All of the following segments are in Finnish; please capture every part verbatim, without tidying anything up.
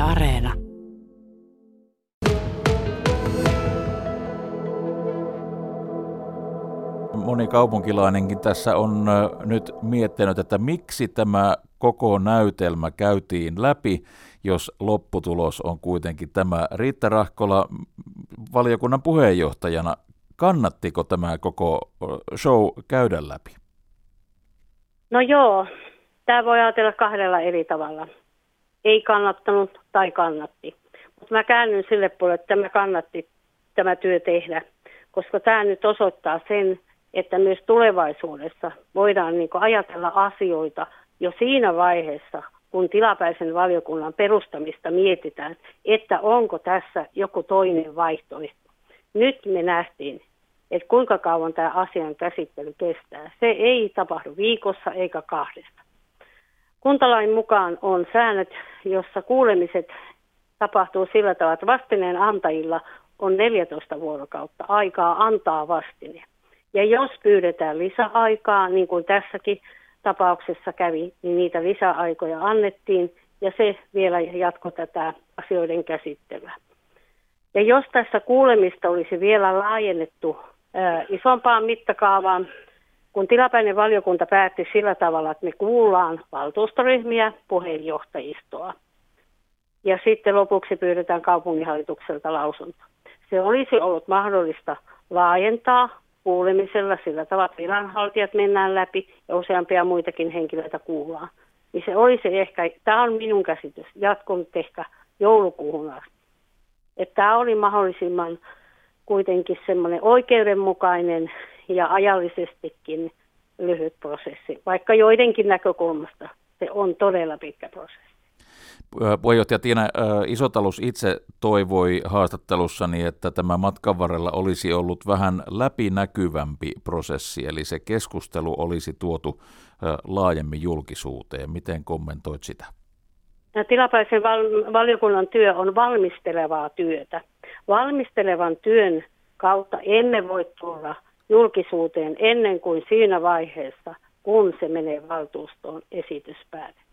Areena. Moni kaupunkilainenkin tässä on nyt miettinyt, että miksi tämä koko näytelmä käytiin läpi, jos lopputulos on kuitenkin tämä. Riitta Rahkola valiokunnan puheenjohtajana, kannattiko tämä koko show käydä läpi? No joo, tämä voi ajatella kahdella eri tavalla. Ei kannattanut tai kannatti. Mutta mä käännyn sille puolelle, että tämä kannatti tämä työ tehdä, koska tämä nyt osoittaa sen, että myös tulevaisuudessa voidaan niin kuin ajatella asioita jo siinä vaiheessa, kun tilapäisen valiokunnan perustamista mietitään, että onko tässä joku toinen vaihtoehto. Nyt me nähtiin, että kuinka kauan tämä asian käsittely kestää. Se ei tapahdu viikossa eikä kahdessa. Kuntalain mukaan on säännöt, jossa kuulemiset tapahtuu sillä tavalla, että vastineen antajilla on neljätoista vuorokautta aikaa antaa vastine. Ja jos pyydetään lisäaikaa, niin kuin tässäkin tapauksessa kävi, niin niitä lisäaikoja annettiin ja se vielä jatkoi tätä asioiden käsittelyä. Ja jos tässä kuulemista olisi vielä laajennettu ää, isompaan mittakaavaan, kun tilapäinen valiokunta päätti sillä tavalla, että me kuullaan valtuustoryhmiä, puheenjohtajistoa ja sitten lopuksi pyydetään kaupunginhallitukselta lausunto. Se olisi ollut mahdollista laajentaa kuulemisella sillä tavalla, että viranhaltijat mennään läpi ja useampia muitakin henkilöitä kuullaan. Niin se olisi ehkä, tämä on minun käsitys, jatkunut ehkä joulukuuhun asti. Että tämä oli mahdollisimman kuitenkin semmoinen oikeudenmukainen ja ajallisestikin lyhyt prosessi, vaikka joidenkin näkökulmasta se on todella pitkä prosessi. Puheenjohtaja Tiina Isotalus itse toivoi haastattelussani, että tämä matkan varrella olisi ollut vähän läpinäkyvämpi prosessi, eli se keskustelu olisi tuotu laajemmin julkisuuteen. Miten kommentoit sitä? Tilapäisen val- valiokunnan työ on valmistelevaa työtä. Valmistelevan työn kautta emme voi tulla julkisuuteen ennen kuin siinä vaiheessa, kun se menee valtuustoon esityspäätökseen.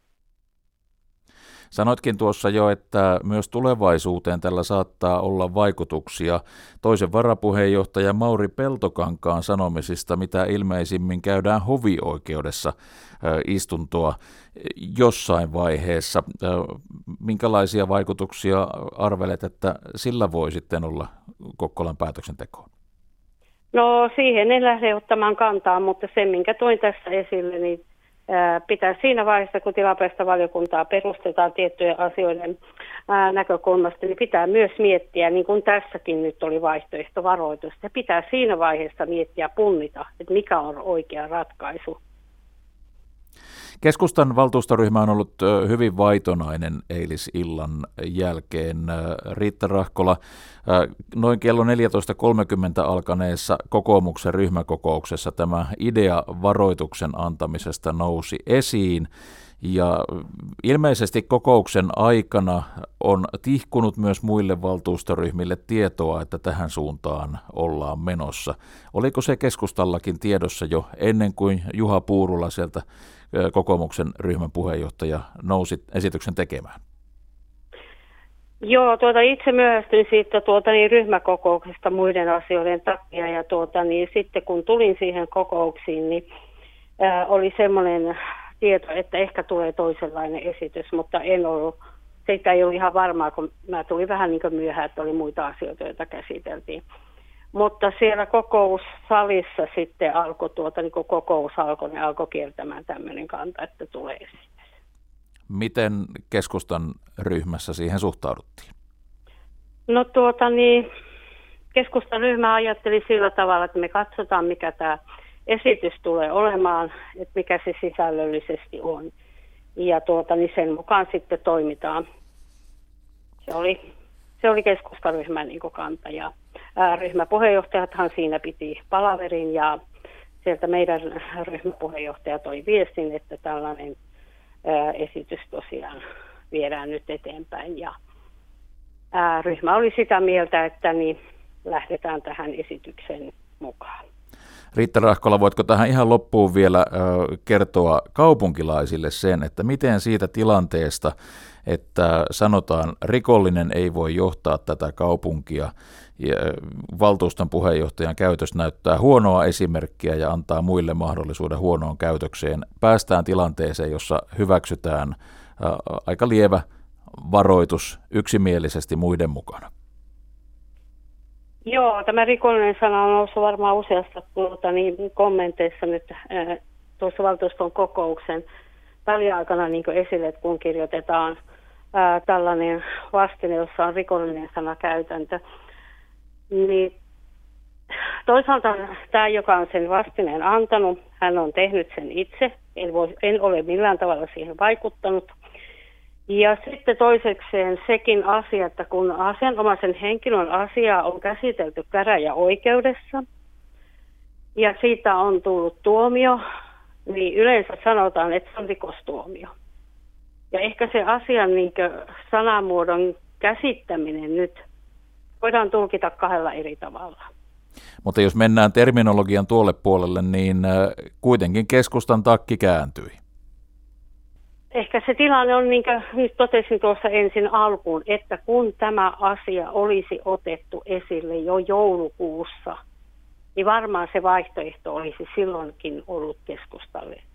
Sanoitkin tuossa jo, että myös tulevaisuuteen tällä saattaa olla vaikutuksia. Toisen varapuheenjohtaja Mauri Peltokankaan sanomisista, mitä ilmeisimmin käydään hovioikeudessa istuntoa jossain vaiheessa. Minkälaisia vaikutuksia arvelet, että sillä voi sitten olla Kokkolan päätöksentekoon? No siihen en lähde ottamaan kantaa, mutta sen minkä toin tässä esille, niin pitää siinä vaiheessa, kun tilapäistä valiokuntaa perustetaan tiettyjen asioiden ää, näkökulmasta, niin pitää myös miettiä, niin kuin tässäkin nyt oli vaihtoehtovaroitus, ja pitää siinä vaiheessa miettiä, punnita, että mikä on oikea ratkaisu. Keskustan valtuustoryhmä on ollut hyvin vaitonainen eilisillan jälkeen. Riitta Rahkola, noin kello neljätoista kolmekymmentä alkaneessa kokoomuksen ryhmäkokouksessa tämä idea varoituksen antamisesta nousi esiin. Ja ilmeisesti kokouksen aikana on tihkunut myös muille valtuustoryhmille tietoa, että tähän suuntaan ollaan menossa. Oliko se keskustallakin tiedossa jo ennen kuin Juha Puurula sieltä kokoomuksen ryhmän puheenjohtaja nousi esityksen tekemään? Joo, tuota, itse myöhästyin siitä tuota, niin, ryhmäkokouksesta muiden asioiden takia ja tuota, niin, sitten kun tulin siihen kokouksiin, niin ää, oli semmoinen tieto, että ehkä tulee toisenlainen esitys, mutta en ollut, siitä ei ollut ihan varmaa, kun mä tulin vähän niin kuin myöhään, että oli muita asioita, joita käsiteltiin. Mutta siellä kokoussalissa sitten alkoi, tuota, niin kun kokous alkoi, niin alkoi kiertämään tämmöinen kanta, että tulee esitys. Miten keskustan ryhmässä siihen suhtauduttiin? No tuota niin, keskustan ryhmä ajatteli sillä tavalla, että me katsotaan, mikä tämä esitys tulee olemaan, että mikä se sisällöllisesti on. Ja tuota, niin sen mukaan sitten toimitaan. Se oli, se oli keskustaryhmän niin kuin kanta. Ja, ää, ryhmäpuheenjohtajathan siinä piti palaverin ja sieltä meidän ryhmäpuheenjohtaja toi viestin, että tällainen ää, esitys tosiaan viedään nyt eteenpäin. Ja, ää, ryhmä oli sitä mieltä, että niin lähdetään tähän esityksen mukaan. Riitta Rahkola, voitko tähän ihan loppuun vielä kertoa kaupunkilaisille sen, että miten siitä tilanteesta, että sanotaan rikollinen ei voi johtaa tätä kaupunkia, ja valtuuston puheenjohtajan käytös näyttää huonoa esimerkkiä ja antaa muille mahdollisuuden huonoon käytökseen, päästään tilanteeseen, jossa hyväksytään aika lievä varoitus yksimielisesti muiden mukana? Joo, tämä rikollinen sana on noussut varmaan useasta tuota, niin kommenteissa nyt äh, tuossa valtuuston kokouksen väliaikana niin esille, että kun kirjoitetaan äh, tällainen vastine, jossa on rikollinen sana käytäntö, niin toisaalta tämä, joka on sen vastineen antanut, hän on tehnyt sen itse, en, voi, en ole millään tavalla siihen vaikuttanut. Ja sitten toisekseen sekin asia, että kun asianomaisen henkilön asiaa on käsitelty käräjäoikeudessa ja siitä on tullut tuomio, niin yleensä sanotaan, että se on rikostuomio. Ja ehkä se asian niin kuin sanamuodon käsittäminen nyt voidaan tulkita kahdella eri tavalla. Mutta jos mennään terminologian tuolle puolelle, niin kuitenkin keskustan takki kääntyi. Ehkä se tilanne on, niin kuin nyt totesin tuossa ensin alkuun, että kun tämä asia olisi otettu esille jo joulukuussa, niin varmaan se vaihtoehto olisi silloinkin ollut keskustalle